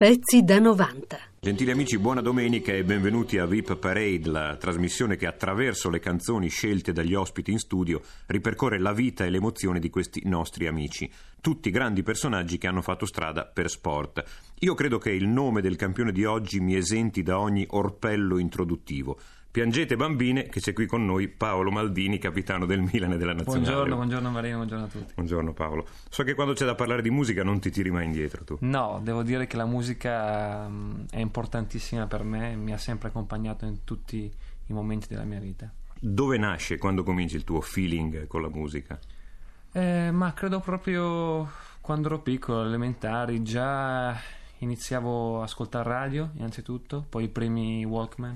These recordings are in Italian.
Pezzi da 90. Gentili amici, buona domenica e benvenuti a VIP Parade, la trasmissione che attraverso le canzoni scelte dagli ospiti in studio ripercorre la vita e l'emozione di questi nostri amici, tutti grandi personaggi che hanno fatto strada per sport. Io credo che il nome del campione di oggi mi esenti da ogni orpello introduttivo. Piangete bambine, che c'è qui con noi Paolo Maldini, capitano del Milan e della Nazionale. Buongiorno Marino, buongiorno a tutti. Buongiorno Paolo. So che quando c'è da parlare di musica non ti tiri mai indietro tu. No, devo dire che la musica è importantissima per me, mi ha sempre accompagnato in tutti i momenti della mia vita. Dove nasce, quando cominci il tuo feeling con la musica? Ma credo proprio quando ero piccolo, elementari, già iniziavo a ascoltare radio innanzitutto, poi i primi Walkman.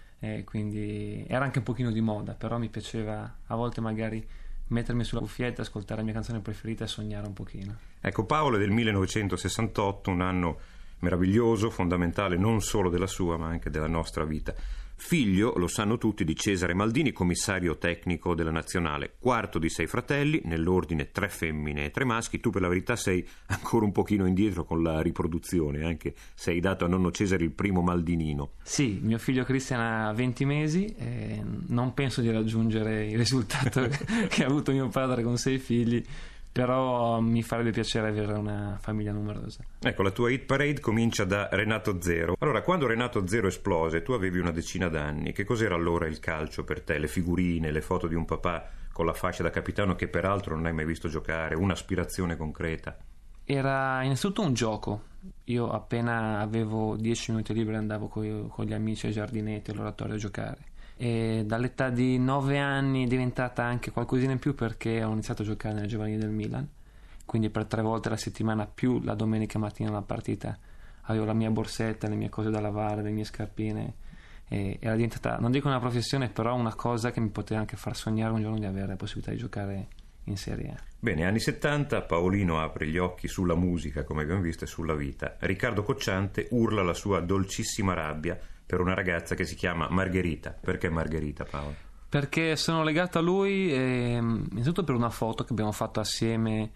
Quindi era anche un pochino di moda, però mi piaceva a volte magari mettermi sulla cuffietta, ascoltare la mia canzone preferita e sognare un pochino. Ecco, Paolo è del 1968, un anno meraviglioso, fondamentale non solo della sua ma anche della nostra vita. Figlio, lo sanno tutti, di Cesare Maldini, commissario tecnico della Nazionale, quarto di 6 fratelli, nell'ordine 3 femmine e 3 maschi. Tu per la verità sei ancora un pochino indietro con la riproduzione, anche se hai dato a nonno Cesare il primo Maldinino. Sì, mio figlio Cristian ha 20 mesi e non penso di raggiungere il risultato che ha avuto mio padre con 6 figli, però mi farebbe piacere avere una famiglia numerosa. Ecco, la tua hit parade comincia da Renato Zero. Allora, quando Renato Zero esplose, tu avevi una decina d'anni. Che cos'era allora il calcio per te? Le figurine, le foto di un papà con la fascia da capitano che peraltro non hai mai visto giocare, un'aspirazione concreta? Era innanzitutto un gioco. Io appena avevo 10 minuti liberi andavo con gli amici ai giardinetti, all'oratorio a giocare. E dall'età di 9 anni è diventata anche qualcosina in più perché ho iniziato a giocare nelle giovanili del Milan, quindi per 3 volte alla settimana più la domenica mattina alla partita avevo la mia borsetta, le mie cose da lavare, le mie scarpine, e era diventata, non dico una professione, però una cosa che mi poteva anche far sognare un giorno di avere la possibilità di giocare in Serie A. Bene, anni 70, Paolino apre gli occhi sulla musica, come abbiamo visto, e sulla vita. Riccardo Cocciante urla la sua dolcissima rabbia per una ragazza che si chiama Margherita. Perché Margherita, Paolo? Perché sono legato a lui innanzitutto per una foto che abbiamo fatto assieme,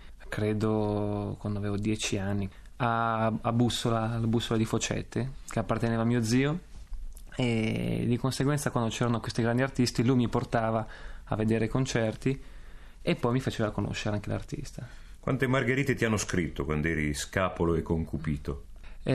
credo quando avevo 10 anni, a Bussola, alla Bussola di Focete, che apparteneva a mio zio, e di conseguenza quando c'erano questi grandi artisti lui mi portava a vedere i concerti e poi mi faceva conoscere anche l'artista. Quante Margherite ti hanno scritto quando eri scapolo e concupito?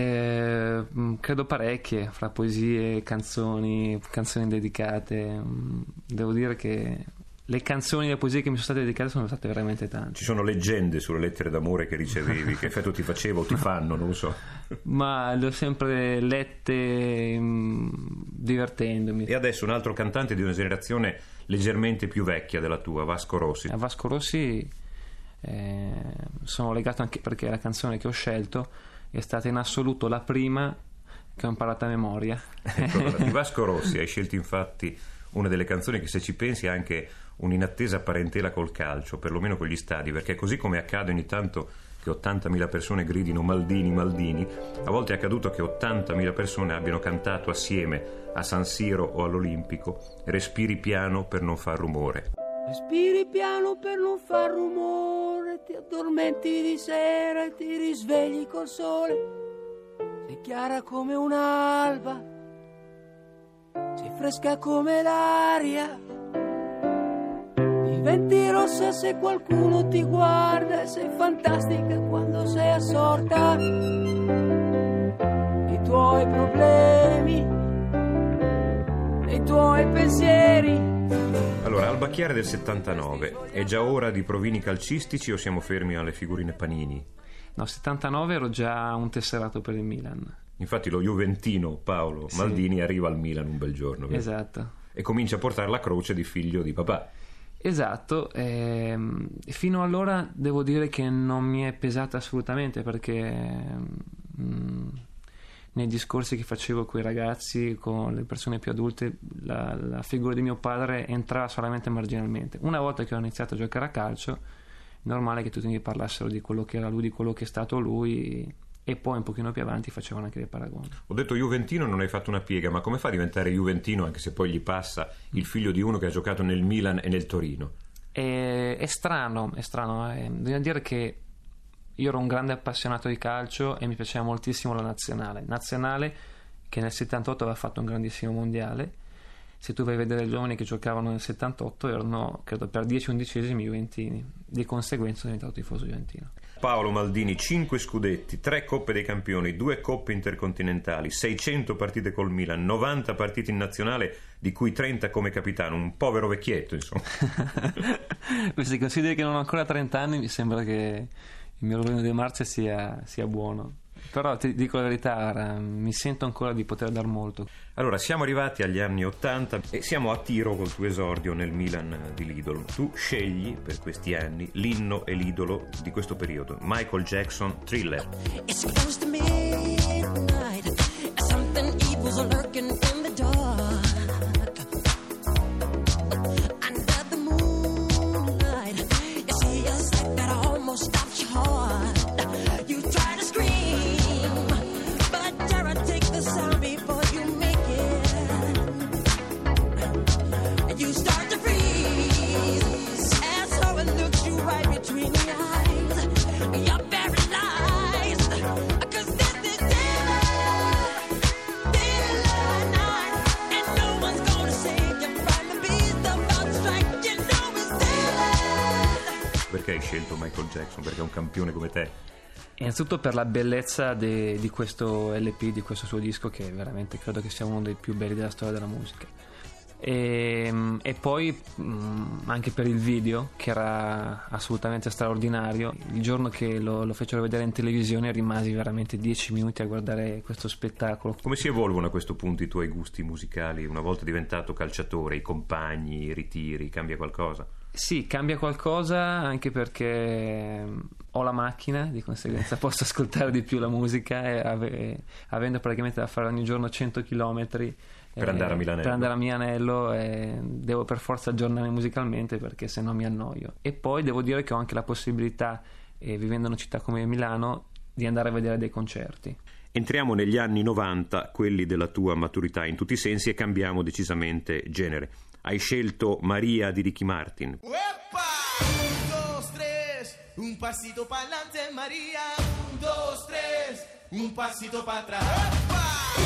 Credo parecchie, fra poesie, canzoni dedicate. Devo dire che le canzoni e le poesie che mi sono state dedicate sono state veramente tante. Ci sono leggende sulle lettere d'amore che ricevevi, che effetto ti faceva o ti fanno, non lo so. Ma le ho sempre lette divertendomi. E adesso un altro cantante di una generazione leggermente più vecchia della tua, Vasco Rossi. A Vasco Rossi sono legato anche perché la canzone che ho scelto è stata in assoluto la prima che ho imparato a memoria. Ecco, di Vasco Rossi hai scelto infatti una delle canzoni che, se ci pensi, ha anche un'inattesa parentela col calcio, perlomeno con gli stadi, perché così come accade ogni tanto che 80.000 persone gridino Maldini, Maldini, a volte è accaduto che 80.000 persone abbiano cantato assieme a San Siro o all'Olimpico Respiri piano per non far rumore. Respiri piano per non far rumore, ti addormenti di sera e ti risvegli col sole. Sei chiara come un'alba, sei fresca come l'aria, diventi rossa se qualcuno ti guarda e sei fantastica quando sei assorta nei tuoi problemi, nei tuoi pensieri. Allora, Albacchiere del 79, è già ora di provini calcistici o siamo fermi alle figurine Panini? No, 79 ero già un tesserato per il Milan. Infatti lo juventino Paolo Maldini arriva al Milan un bel giorno, vero? Esatto. E comincia a portare la croce di figlio di papà. Esatto, fino allora devo dire che non mi è pesata assolutamente perché nei discorsi che facevo con i ragazzi, con le persone più adulte, la figura di mio padre entrava solamente marginalmente. Una volta che ho iniziato a giocare a calcio, è normale che tutti mi parlassero di quello che era lui, di quello che è stato lui, e poi un pochino più avanti facevano anche dei paragoni. Ho detto juventino, non hai fatto una piega, ma come fa a diventare juventino anche se poi gli passa il figlio di uno che ha giocato nel Milan e nel Torino? È strano, bisogna dire che io ero un grande appassionato di calcio e mi piaceva moltissimo la nazionale che nel 78 aveva fatto un grandissimo mondiale. Se tu vai a vedere i giovani che giocavano nel 78 erano, credo, per 10-11esimi juventini, di conseguenza sono diventato tifoso juventino. Paolo Maldini, 5 scudetti, 3 Coppe dei Campioni, 2 Coppe intercontinentali, 600 partite col Milan, 90 partite in nazionale, di cui 30 come capitano, un povero vecchietto, insomma. Se consideri che non ho ancora 30 anni, mi sembra che il mio rovino di marcia sia buono. Però ti dico la verità, mi sento ancora di poter dar molto. Allora, siamo arrivati agli anni 80 e siamo a tiro col tuo esordio nel Milan di Lidl. Tu scegli per questi anni l'inno e l'idolo di questo periodo, Michael Jackson, Thriller. It's close to midnight. Something evil's lurking in the dark. Under the moonlight, you see a sight that almost stops your heart. You try to scream, but terror takes the sound before you make it. You start to freeze as horror looks you right between the eyes. You're paralyzed, 'cause this is Thriller night, and no one's gonna save you from the beast about to strike. You know it's Thriller. Perché hai scelto Michael Jackson? Perché è un campione come te? Innanzitutto per la bellezza di questo LP, di questo suo disco, che veramente credo che sia uno dei più belli della storia della musica. E poi anche per il video, che era assolutamente straordinario. Il giorno che lo fecero vedere in televisione rimasi veramente 10 minuti a guardare questo spettacolo. Come si evolvono a questo punto i tuoi gusti musicali? Una volta diventato calciatore, i compagni, i ritiri, cambia qualcosa? Sì, cambia qualcosa anche perché ho la macchina, di conseguenza posso ascoltare di più la musica e avendo praticamente da fare ogni giorno 100 chilometri per andare a Milanello. Per andare a Milanello devo per forza aggiornarmi musicalmente, perché se no mi annoio. E poi devo dire che ho anche la possibilità, vivendo in una città come Milano, di andare a vedere dei concerti. Entriamo negli anni 90, quelli della tua maturità in tutti i sensi, e cambiamo decisamente genere. Hai scelto Maria di Ricky Martin. ¡Epa! 1, 2, 3, un pasito para adelante, María. 1, 2, 3, un pasito para atrás. ¡Epa!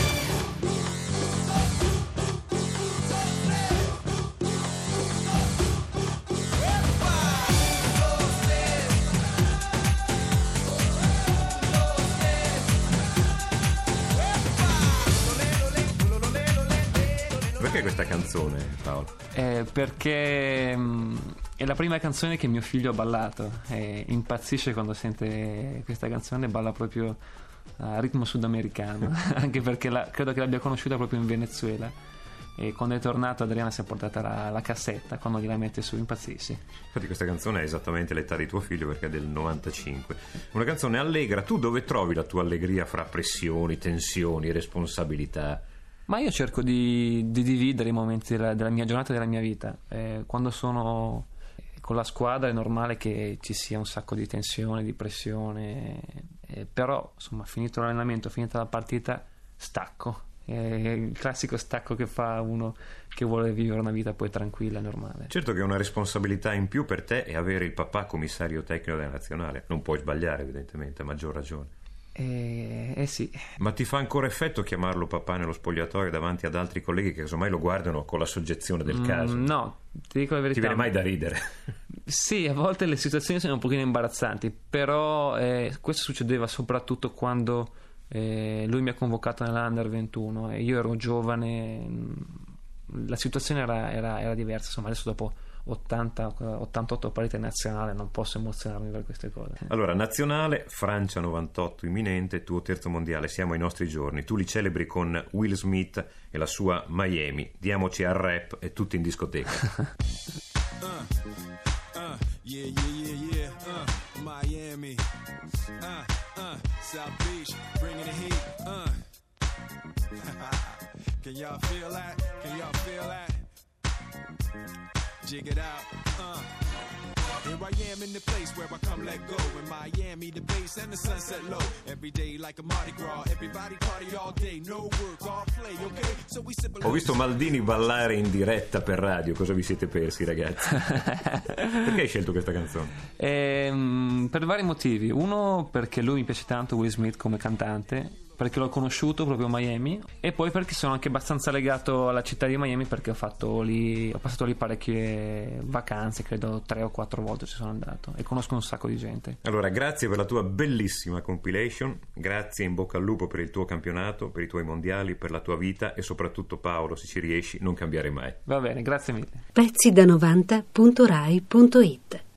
Perché questa canzone, Paolo? Perché è la prima canzone che mio figlio ha ballato e impazzisce quando sente questa canzone, balla proprio a ritmo sudamericano. Anche perché credo che l'abbia conosciuta proprio in Venezuela, e quando è tornato Adriana si è portata la cassetta, quando gliela mette su impazzisce. Infatti questa canzone è esattamente l'età di tuo figlio, perché è del 95. Una canzone allegra. Tu dove trovi la tua allegria fra pressioni, tensioni, responsabilità? Ma io cerco di dividere i momenti della mia giornata e della mia vita. Quando sono con la squadra è normale che ci sia un sacco di tensione, di pressione, però insomma, finito l'allenamento, finita la partita, stacco. Il classico stacco che fa uno che vuole vivere una vita poi tranquilla e normale. Certo che una responsabilità in più per te è avere il papà commissario tecnico della nazionale. Non puoi sbagliare, evidentemente, a maggior ragione. Sì. Ma ti fa ancora effetto chiamarlo papà nello spogliatoio davanti ad altri colleghi che casomai lo guardano con la soggezione del caso? No, ti dico la verità. Ti viene mai da ridere? Sì, a volte le situazioni sono un pochino imbarazzanti, però questo succedeva soprattutto quando lui mi ha convocato nell'Under 21 e io ero giovane. La situazione era diversa, insomma. Adesso dopo 88 partite nazionali non posso emozionarmi per queste cose. Allora, nazionale, Francia 98 imminente, tuo terzo mondiale, siamo ai nostri giorni. Tu li celebri con Will Smith e la sua Miami. Diamoci al rap e tutti in discoteca. Miami, South Beach, bringing the heat. Can y'all feel that? Can y'all feel that? Jig it out. Here I am in the place where I come let go. In Miami, the bass and the sunset low. Every day like a Mardi Gras. Everybody party all day. No work, all play, okay? So we sip a Ho visto Maldini ballare in diretta per radio. Cosa vi siete persi, ragazzi? Perché hai scelto questa canzone? Per vari motivi. Uno, perché lui mi piace tanto, Will Smith, come cantante, perché l'ho conosciuto proprio a Miami, e poi perché sono anche abbastanza legato alla città di Miami, perché ho passato lì parecchie vacanze, credo 3 o 4 volte ci sono andato, e conosco un sacco di gente. Allora, grazie per la tua bellissima compilation, grazie, in bocca al lupo per il tuo campionato, per i tuoi mondiali, per la tua vita, e soprattutto, Paolo, se ci riesci, non cambiare mai. Va bene, grazie mille. Pezzi da 90.rai.it